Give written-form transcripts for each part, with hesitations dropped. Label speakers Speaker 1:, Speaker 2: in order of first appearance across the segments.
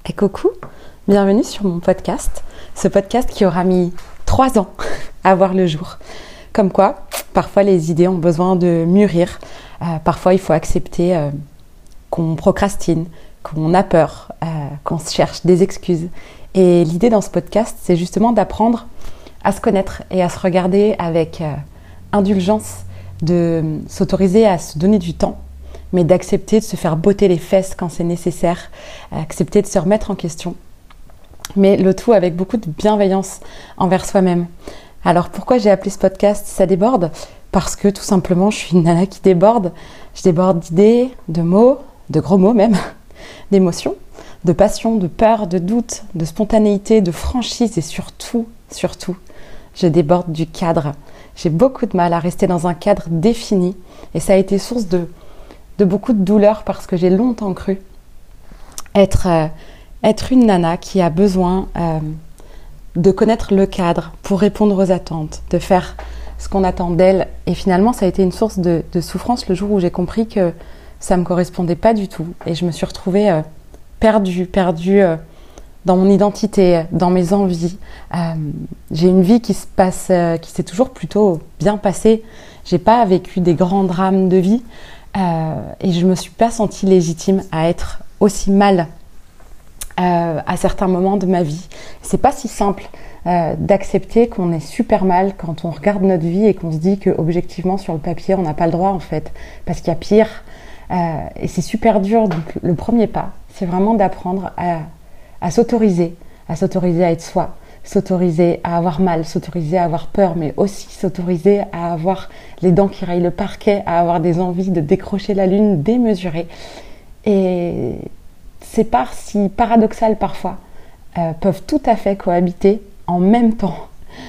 Speaker 1: Et coucou, bienvenue sur mon podcast, ce podcast qui aura mis 3 ans à voir le jour. Comme quoi, parfois les idées ont besoin de mûrir, parfois il faut accepter qu'on procrastine, qu'on a peur, qu'on se cherche des excuses. Et l'idée dans ce podcast, c'est justement d'apprendre à se connaître et à se regarder avec indulgence, de s'autoriser à se donner du temps, mais d'accepter de se faire botter les fesses quand c'est nécessaire, accepter de se remettre en question, mais le tout avec beaucoup de bienveillance envers soi-même. Alors pourquoi j'ai appelé ce podcast Ça déborde ? Parce que tout simplement je suis une nana qui déborde. Je déborde d'idées, de mots, de gros mots même, d'émotions, de passion, de peur, de doute, de spontanéité, de franchise et surtout, je déborde du cadre. J'ai beaucoup de mal à rester dans un cadre défini et ça a été source de beaucoup de douleur parce que j'ai longtemps cru être une nana qui a besoin de connaître le cadre pour répondre aux attentes, de faire ce qu'on attend d'elle. Et finalement, ça a été une source de souffrance le jour où j'ai compris que ça ne me correspondait pas du tout. Et je me suis retrouvée perdue dans mon identité, dans mes envies. J'ai une vie qui s'est toujours plutôt bien passée. J'ai pas vécu des grands drames de vie. Et je me suis pas sentie légitime à être aussi mal à certains moments de ma vie. C'est pas si simple d'accepter qu'on est super mal quand on regarde notre vie et qu'on se dit que objectivement sur le papier on n'a pas le droit en fait, parce qu'il y a pire. Et c'est super dur. Donc le premier pas, c'est vraiment d'apprendre à s'autoriser à être soi, s'autoriser à avoir mal, s'autoriser à avoir peur, mais aussi s'autoriser à avoir les dents qui rayent le parquet, à avoir des envies de décrocher la lune démesurée. Et ces parts si paradoxales parfois peuvent tout à fait cohabiter en même temps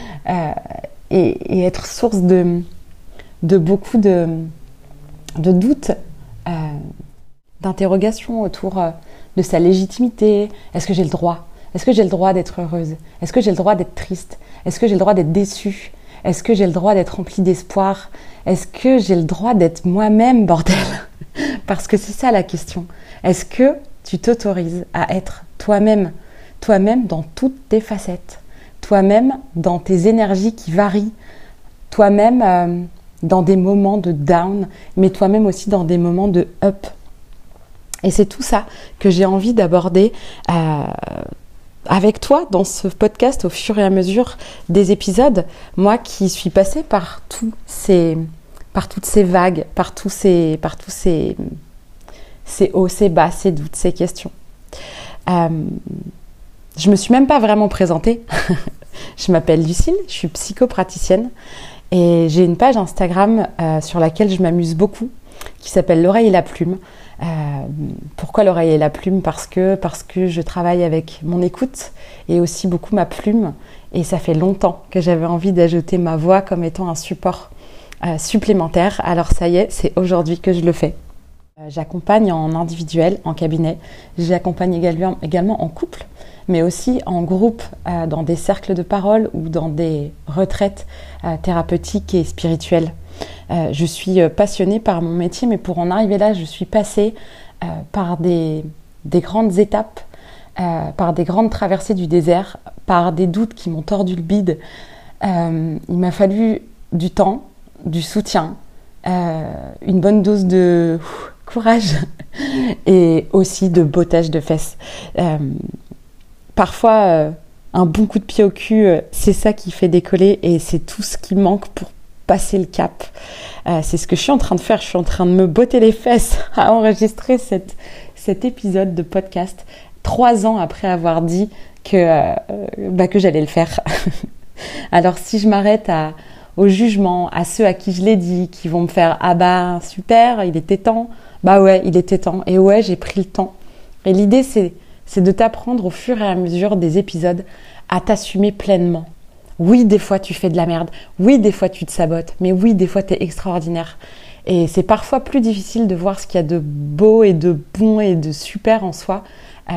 Speaker 1: et être source de beaucoup de doutes, d'interrogations autour de sa légitimité. Est-ce que j'ai le droit ? Est-ce que j'ai le droit d'être heureuse ? Est-ce que j'ai le droit d'être triste ? Est-ce que j'ai le droit d'être déçue ? Est-ce que j'ai le droit d'être remplie d'espoir ? Est-ce que j'ai le droit d'être moi-même, bordel ? Parce que c'est ça la question. Est-ce que tu t'autorises à être toi-même dans toutes tes facettes, toi-même dans tes énergies qui varient, toi-même dans des moments de down, mais toi-même aussi dans des moments de up. Et c'est tout ça que j'ai envie d'aborder avec toi dans ce podcast au fur et à mesure des épisodes. Moi qui suis passée par toutes ces vagues, par tous ces hauts, ces bas, ces doutes, ces questions. Je me suis même pas vraiment présentée. Je m'appelle Lucille, je suis psychopraticienne et j'ai une page Instagram sur laquelle je m'amuse beaucoup qui s'appelle L'oreille et la plume. Pourquoi l'oreille et la plume ? Parce que je travaille avec mon écoute et aussi beaucoup ma plume, et ça fait longtemps que j'avais envie d'ajouter ma voix comme étant un support supplémentaire. Alors ça y est, c'est aujourd'hui que je le fais. J'accompagne en individuel, en cabinet, j'accompagne également en couple, mais aussi en groupe, dans des cercles de parole ou dans des retraites thérapeutiques et spirituelles. Je suis passionnée par mon métier, mais pour en arriver là, je suis passée par des grandes étapes, par des grandes traversées du désert, par des doutes qui m'ont tordu le bide. Il m'a fallu du temps, du soutien, une bonne dose de courage et aussi de bottage de fesses. Parfois, un bon coup de pied au cul, c'est ça qui fait décoller et c'est tout ce qui manque pour passer le cap. C'est ce que je suis en train de faire. Je suis en train de me botter les fesses à enregistrer cet épisode de podcast 3 ans après avoir dit que j'allais le faire. Alors si je m'arrête au jugement, à ceux à qui je l'ai dit, qui vont me faire « Ah bah super, il était temps », bah ouais, il était temps. Et ouais, j'ai pris le temps. Et l'idée, c'est de t'apprendre au fur et à mesure des épisodes à t'assumer pleinement. Oui, des fois, tu fais de la merde. Oui, des fois, tu te sabotes. Mais oui, des fois, tu es extraordinaire. Et c'est parfois plus difficile de voir ce qu'il y a de beau et de bon et de super en soi,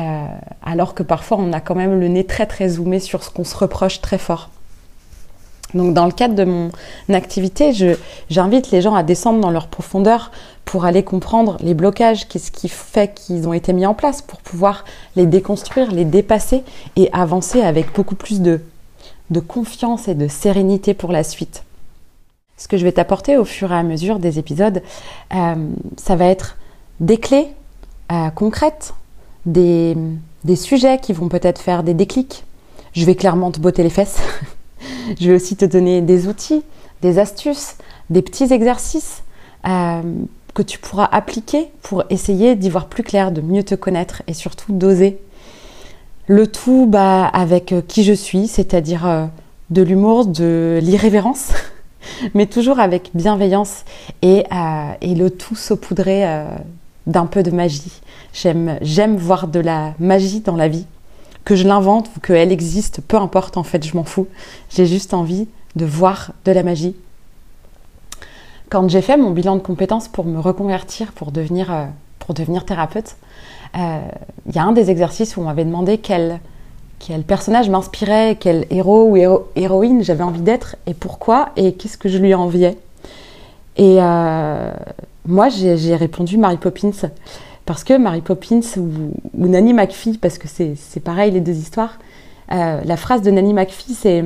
Speaker 1: alors que parfois, on a quand même le nez très, très zoomé sur ce qu'on se reproche très fort. Donc dans le cadre de mon activité, j'invite les gens à descendre dans leur profondeur pour aller comprendre les blocages, qu'est-ce qui fait qu'ils ont été mis en place, pour pouvoir les déconstruire, les dépasser et avancer avec beaucoup plus de confiance et de sérénité pour la suite. Ce que je vais t'apporter au fur et à mesure des épisodes, ça va être des clés concrètes, des sujets qui vont peut-être faire des déclics. Je vais clairement te botter les fesses. Je vais aussi te donner des outils, des astuces, des petits exercices que tu pourras appliquer pour essayer d'y voir plus clair, de mieux te connaître et surtout d'oser. Le tout avec qui je suis, c'est-à-dire de l'humour, de l'irrévérence, mais toujours avec bienveillance et le tout saupoudré d'un peu de magie. J'aime voir de la magie dans la vie. Que je l'invente ou qu'elle existe, peu importe en fait, je m'en fous. J'ai juste envie de voir de la magie. Quand j'ai fait mon bilan de compétences pour me reconvertir, pour devenir thérapeute, il y a un des exercices où on m'avait demandé quel personnage m'inspirait, quel héros ou héroïne j'avais envie d'être et pourquoi et qu'est-ce que je lui enviais. Et moi, j'ai répondu Mary Poppins. Parce que Mary Poppins ou Nanny McPhee, parce que c'est pareil les deux histoires, la phrase de Nanny McPhee c'est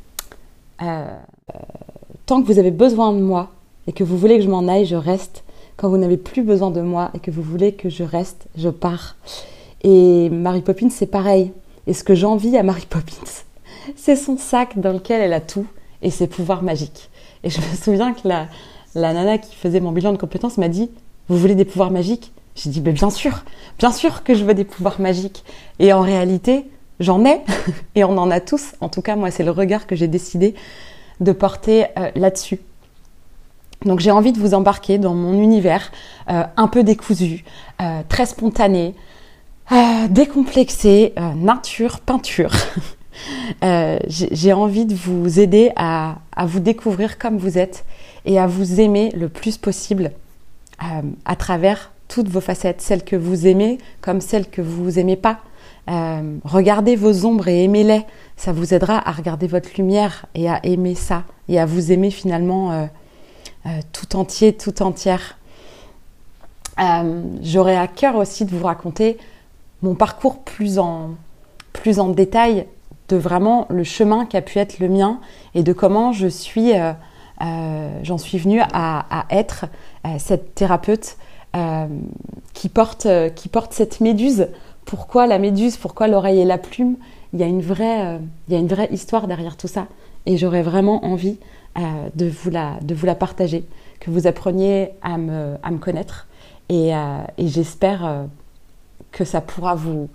Speaker 1: tant que vous avez besoin de moi et que vous voulez que je m'en aille, je reste. Quand vous n'avez plus besoin de moi et que vous voulez que je reste, je pars. Et Mary Poppins c'est pareil. Et ce que j'envie à Mary Poppins, c'est son sac dans lequel elle a tout et ses pouvoirs magiques. Et je me souviens que la nana qui faisait mon bilan de compétences m'a dit « Vous voulez des pouvoirs magiques ?» J'ai dit, bien sûr que je veux des pouvoirs magiques. Et en réalité, j'en ai, et on en a tous. En tout cas, moi, c'est le regard que j'ai décidé de porter là-dessus. Donc, j'ai envie de vous embarquer dans mon univers un peu décousu, très spontané, décomplexé, nature, peinture. J'ai envie de vous aider à vous découvrir comme vous êtes et à vous aimer le plus possible à travers toutes vos facettes, celles que vous aimez comme celles que vous aimez pas. Regardez vos ombres et aimez-les. Ça vous aidera à regarder votre lumière et à aimer ça et à vous aimer finalement tout entier, tout entière. J'aurais à cœur aussi de vous raconter mon parcours plus en détail de vraiment le chemin qui a pu être le mien et de comment j'en suis venue à être cette thérapeute qui porte cette méduse. Pourquoi la méduse? Pourquoi l'oreille et la plume? Il y a une vraie histoire derrière tout ça. Et j'aurais vraiment envie de vous la partager, que vous appreniez à me connaître. Et j'espère que ça pourra vous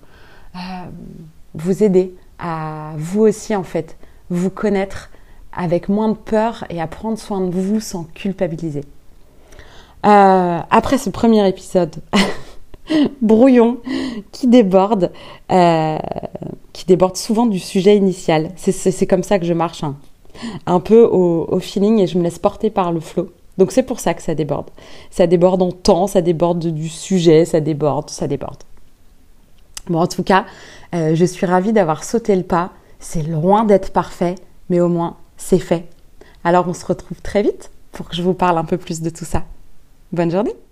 Speaker 1: aider à vous aussi en fait vous connaître avec moins de peur et à prendre soin de vous sans culpabiliser. Après ce premier épisode brouillon qui déborde souvent du sujet initial. C'est comme ça que je marche, hein. Un peu au feeling et je me laisse porter par le flow. Donc c'est pour ça que ça déborde. Ça déborde en temps, ça déborde du sujet, ça déborde. Bon, en tout cas, je suis ravie d'avoir sauté le pas. C'est loin d'être parfait, mais au moins c'est fait. Alors on se retrouve très vite pour que je vous parle un peu plus de tout ça. Bonne journée!